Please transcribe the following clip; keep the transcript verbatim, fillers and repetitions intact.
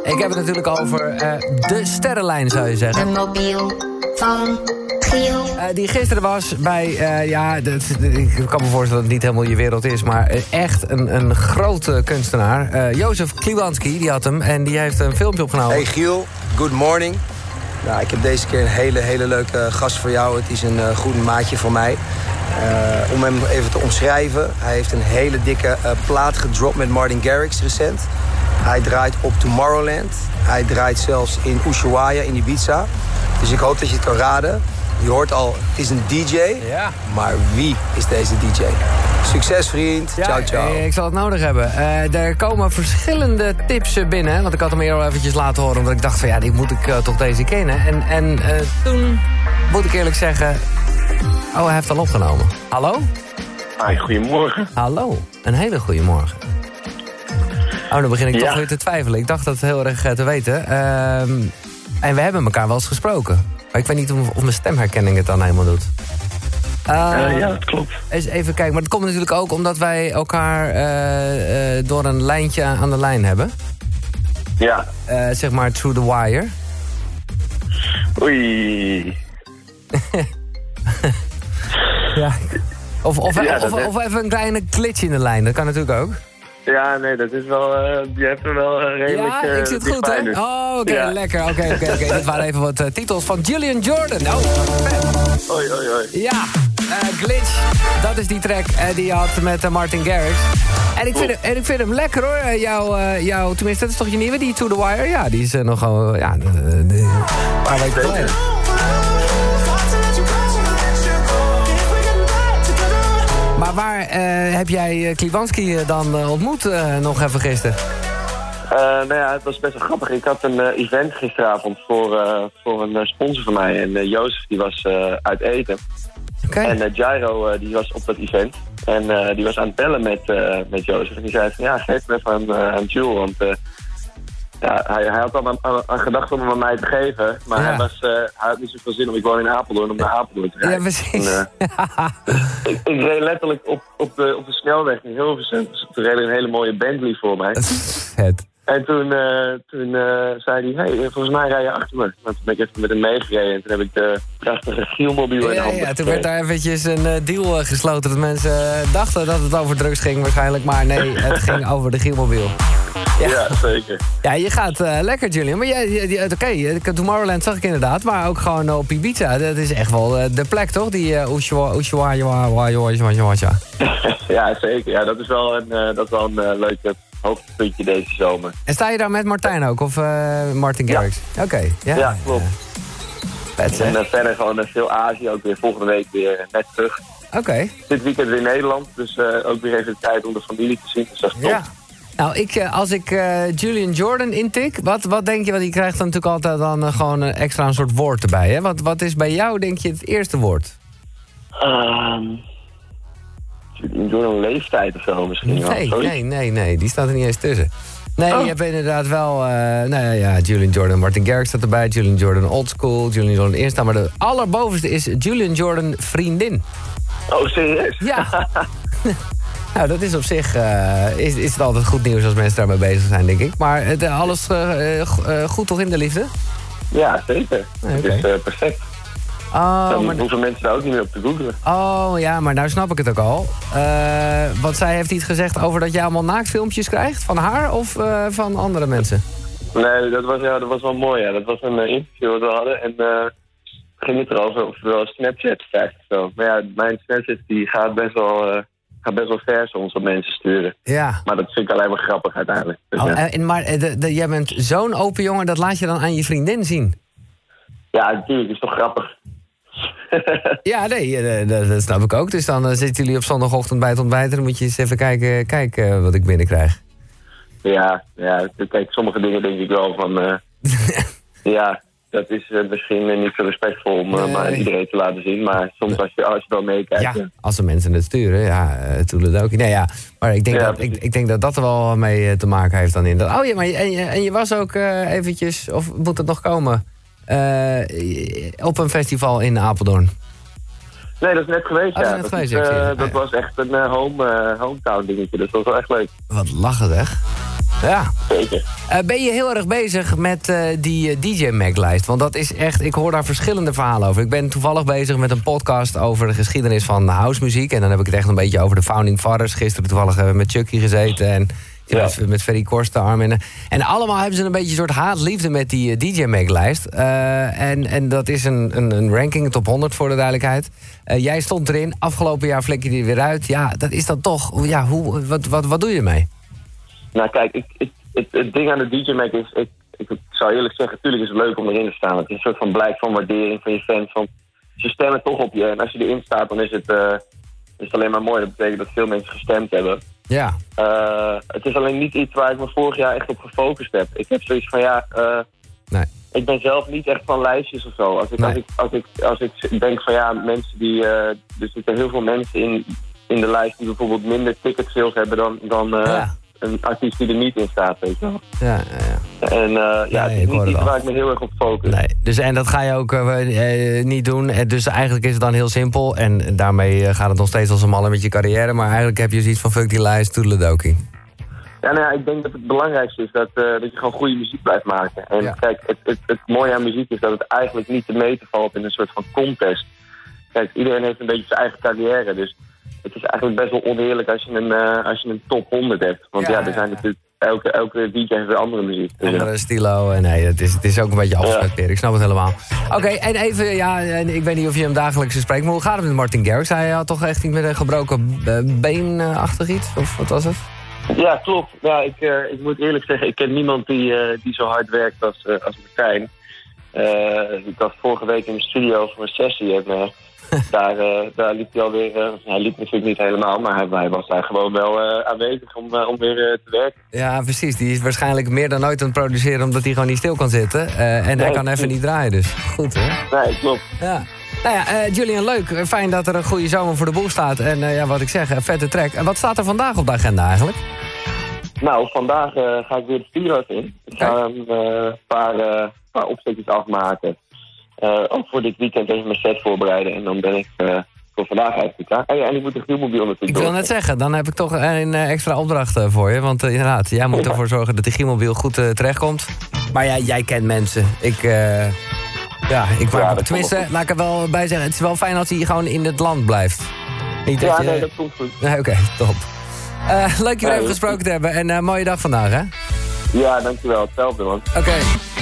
Ik heb het natuurlijk over uh, de sterrenlijn, zou je zeggen. De mobiel van Giel. Uh, die gisteren was bij, uh, ja, dat, ik kan me voorstellen dat het niet helemaal je wereld is, maar echt een, een grote kunstenaar. Uh, Jozef Kliwanski, die had hem en die heeft een filmpje opgenomen. Hey Giel, good morning. Nou, ik heb deze keer een hele, hele leuke gast voor jou. Het is een uh, goed maatje van mij. Uh, om hem even te omschrijven. Hij heeft een hele dikke uh, plaat gedropt met Martin Garrix recent. Hij draait op Tomorrowland. Hij draait zelfs in Ushuaia, in Ibiza. Dus ik hoop dat je het kan raden. Je hoort al, het is een D J. Ja. Maar wie is deze D J? Succes, vriend. Ja, ciao, ciao. Ik zal het nodig hebben. Uh, er komen verschillende tips binnen. Want ik had hem eerder al eventjes laten horen. Omdat ik dacht van ja, die moet ik uh, toch deze kennen. En, en uh, toen moet ik eerlijk zeggen... Oh, hij heeft al opgenomen. Hallo? Hi, goedemorgen. Hallo. Een hele goede morgen. Oh, dan begin ik ja. toch weer te twijfelen. Ik dacht dat heel erg uh, te weten. Uh, en we hebben elkaar wel eens gesproken. Maar ik weet niet of, of mijn stemherkenning het dan helemaal doet. Uh, uh, ja, dat klopt. Eens even kijken. Maar dat komt natuurlijk ook omdat wij elkaar uh, uh, door een lijntje aan de lijn hebben. Ja. Uh, zeg maar through the wire. Oei. ja. Of, of, ja, of, of, of even een kleine glitch in de lijn. Dat kan natuurlijk ook. Ja, nee, dat is wel... Uh, je hebt er wel uh, redelijk... Ja, ik zit goed, hè? Dus. Oh, oké, okay, ja. lekker. Oké, okay, oké, okay, oké. Okay. Dit waren even wat uh, titels van Julian Jordan. Oh, vet. Oei, oei, oei. Ja, uh, Glitch. Dat is die track uh, die je had met uh, Martin Garrix. En ik, vind hem, en ik vind hem lekker, hoor. Uh, jouw, uh, jouw, tenminste, dat is toch je nieuwe, die To The Wire? Ja, die is uh, nogal... Uh, ja, uh, een paar weken geleden. Maar waar uh, heb jij uh, Kliwanski uh, dan uh, ontmoet uh, nog even gisteren? Uh, nou ja, het was best wel grappig. Ik had een uh, event gisteravond voor, uh, voor een uh, sponsor van mij. En uh, Jozef die was uh, uit eten. Okay. En uh, Gyro uh, die was op dat event. En uh, die was aan het bellen met, uh, met Jozef. En die zei van ja, geef me even aan, uh, aan Jules. Want uh, ja, hij, hij had al aan, aan, aan gedacht om hem aan mij te geven. Maar ja. hij, was, uh, hij had niet zoveel zin om. Ik woon in Apeldoorn om naar Apeldoorn te rijden. Ja, precies. En, uh, ik, ik reed letterlijk op, op, de, op de snelweg in Hilversum. Dus toen reed er een hele mooie Bentley voor mij. Het. En toen, uh, toen uh, zei hij, hey, volgens mij rij je achter me. Want toen ben ik even met hem meegereden en toen heb ik de prachtige Gielmobiel in de hand. Ja, ja, toen werd daar eventjes een uh, deal uh, gesloten. Dat mensen uh, dachten dat het over drugs ging waarschijnlijk. Maar nee, het ging over de Gielmobiel. Ja. ja, zeker. Ja, je gaat uh, lekker, Julian. Maar jij, oké, okay, Tomorrowland zag ik inderdaad. Maar ook gewoon op Ibiza. Dat is echt wel uh, de plek, toch? Die uh, Ushuaia. Ja, zeker. Ja, dat is wel een, uh, dat is wel een uh, leuke hoogtepuntje deze zomer. En sta je daar met Martijn ook? Of uh, Martin Garrix? Ja. Oké. Okay, ja, ja, klopt. Pet, en uh, verder gewoon uh, veel Azië. Ook weer volgende week weer net terug. Oké. Okay. Dit weekend weer in Nederland. Dus uh, ook weer even de tijd om de familie te zien. Dus dat is top. Ja. Nou, ik, als ik uh, Julian Jordan intik, wat, wat denk je? Want die krijgt dan natuurlijk altijd dan uh, gewoon uh, extra een soort woord erbij. Hè? Wat, wat is bij jou, denk je, het eerste woord? Um, Julian Jordan leeftijd of zo misschien. Nee, wel. nee, nee, nee. Die staat er niet eens tussen. Nee, oh. je hebt inderdaad wel... Uh, nou ja, Julian Jordan, Martin Garrix staat erbij. Julian Jordan Old School, Julian Jordan eerste. Maar de allerbovenste is Julian Jordan vriendin. Oh, serieus? Ja. Nou, dat is op zich uh, is, is het altijd goed nieuws als mensen daarmee bezig zijn, denk ik. Maar het, alles uh, uh, goed toch in de liefde? Ja, zeker. Nee, het okay. is uh, perfect. Oh, Dan maar... hoeven mensen daar ook niet meer op te googlen. Oh, ja, maar nou snap ik het ook al. Uh, want zij heeft iets gezegd over dat jij allemaal naaktfilmpjes krijgt? Van haar of uh, van andere mensen? Nee, dat was, ja, dat was wel mooi, ja. Dat was een uh, interview wat we hadden. En uh, ging het erover of we wel Snapchat krijgen. Zo. Maar ja, mijn Snapchat die gaat best wel... Uh, gaat best wel ver soms wat mensen sturen. Ja. Maar dat vind ik alleen maar grappig uiteindelijk. Dus, oh, ja. en, maar de, de, jij bent zo'n open jongen, dat laat je dan aan je vriendin zien? Ja, natuurlijk. is toch grappig. Ja, nee, dat, dat snap ik ook. Dus dan uh, zitten jullie op zondagochtend bij het ontbijt... en dan moet je eens even kijken, kijken uh, wat ik binnenkrijg. Ja, ja, kijk, sommige dingen denk ik wel van... Uh, ja, dat is uh, misschien uh, niet zo respectvol om uh, nee. maar iedereen te laten zien. Maar soms als je, als je wel meekijkt... Ja, ja, als de mensen het sturen, ja, uh, toedeledokie. Nee, ja, maar ik denk, ja, dat, ik, ik denk dat dat er wel mee uh, te maken heeft dan in. Dat, oh ja, maar en je, en je was ook uh, eventjes, of moet het nog komen... Uh, op een festival in Apeldoorn. Nee, dat is net geweest, oh, ja. Dat, dat, geweest, is, uh, ja. dat was echt een uh, home, uh, hometown dingetje. Dat was wel echt leuk. Wat lachen, zeg. Ja. Zeker. Uh, ben je heel erg bezig met uh, die uh, D J Mag-lijst? Want dat is echt, ik hoor daar verschillende verhalen over. Ik ben toevallig bezig met een podcast over de geschiedenis van housemuziek. En dan heb ik het echt een beetje over de Founding Fathers. Gisteren toevallig hebben we met Chucky gezeten en ja. met, met Ferry Korsten, Armin. En allemaal hebben ze een beetje een soort haat-liefde met die uh, D J Mag-lijst. Uh, en, en dat is een, een, een ranking, een top honderd voor de duidelijkheid. Uh, jij stond erin, afgelopen jaar vlek je er weer uit. Ja, dat is dan toch, ja, hoe, wat, wat, wat doe je ermee? Nou kijk, ik, ik, het, het ding aan de D J Mag is, ik, ik zou eerlijk zeggen, natuurlijk is het leuk om erin te staan. Het is een soort van blijk van waardering van je fans. Van, ze stemmen toch op je en als je erin staat, dan is het, uh, is het alleen maar mooi. Dat betekent dat veel mensen gestemd hebben. Ja. Uh, het is alleen niet iets waar ik me vorig jaar echt op gefocust heb. Ik heb zoiets van, ja, uh, nee. ik ben zelf niet echt van lijstjes of zo. Als ik, Nee. als ik, als ik, als ik denk van, ja, mensen die, uh, er zitten heel veel mensen in, in de lijst die bijvoorbeeld minder ticket sales hebben dan, dan uh, Ja. een artiest die er niet in staat, weet je wel. Ja, ja, ja. En uh, ja, Nee, het ik is hoor niet het iets al. waar ik me heel erg op focus. Nee, dus, en dat ga je ook uh, uh, niet doen. En dus eigenlijk is het dan heel simpel. En daarmee uh, gaat het nog steeds als een malle met je carrière. Maar eigenlijk heb je zoiets van fuck die lijst, toedeledokie. Ja, nou ja, ik denk dat het belangrijkste is dat, uh, dat je gewoon goede muziek blijft maken. En Ja. kijk, het, het, het mooie aan muziek is dat het eigenlijk niet te meten valt in een soort van contest. Kijk, iedereen heeft een beetje zijn eigen carrière, dus het is eigenlijk best wel oneerlijk als je een, uh, als je een top honderd hebt. Want Ja, ja, ja, er zijn ja. natuurlijk, elke, elke D J heeft weer andere muziek. Dus, ja. Andere stilo. En nee, het is, het is ook een beetje afsluitpeer. Ik snap het helemaal. Oké, okay, en even, ja, ik weet niet of je hem dagelijks spreekt. Maar hoe gaat het met Martin Garrix? Hij had toch echt iets met een gebroken beenachtig iets? Of wat was het? Ja, klopt. Ja, ik, uh, ik moet eerlijk zeggen, ik ken niemand die, uh, die zo hard werkt als, uh, als Martijn. Uh, ik was vorige week in de studio voor een sessie en uh, daar, uh, daar liep hij alweer... Uh, hij liep natuurlijk niet helemaal, maar hij, hij was daar gewoon wel uh, aanwezig om, uh, om weer uh, te werken. Ja, precies. Die is waarschijnlijk meer dan ooit aan het produceren omdat hij gewoon niet stil kan zitten. Uh, en hij Nee, kan even niet draaien, dus goed, hè? Nee, klopt. Ja. Nou ja, uh, Julian, leuk. Fijn dat er een goede zomer voor de boeg staat. En uh, ja, wat ik zeg, een vette track. En wat staat er vandaag op de agenda eigenlijk? Nou, vandaag uh, ga ik weer de studio's in. Ik ga een uh, paar, uh, paar opzetjes afmaken. Uh, ook voor dit weekend even mijn set voorbereiden. En dan ben ik uh, voor vandaag eigenlijk klaar. En, ja, en ik moet de Gielmobiel natuurlijk Ik wil door. net zeggen, dan heb ik toch een uh, extra opdracht uh, voor je. Want uh, inderdaad, jij moet Ja. ervoor zorgen dat de Gielmobiel goed uh, terechtkomt. Maar ja, jij kent mensen. Ik, uh, ja, ik Ja, maak, dat tenminste, komt wel laat ik er wel bij zeggen. Het is wel fijn als hij gewoon in het land blijft. Niet dat Ja, je... nee, dat komt goed. Nee, oké, okay, top. Uh, leuk je weer Ja, even gesproken te hebben. En uh, mooie dag vandaag, hè? Ja, dankjewel. Hetzelfde, man. Oké. Okay.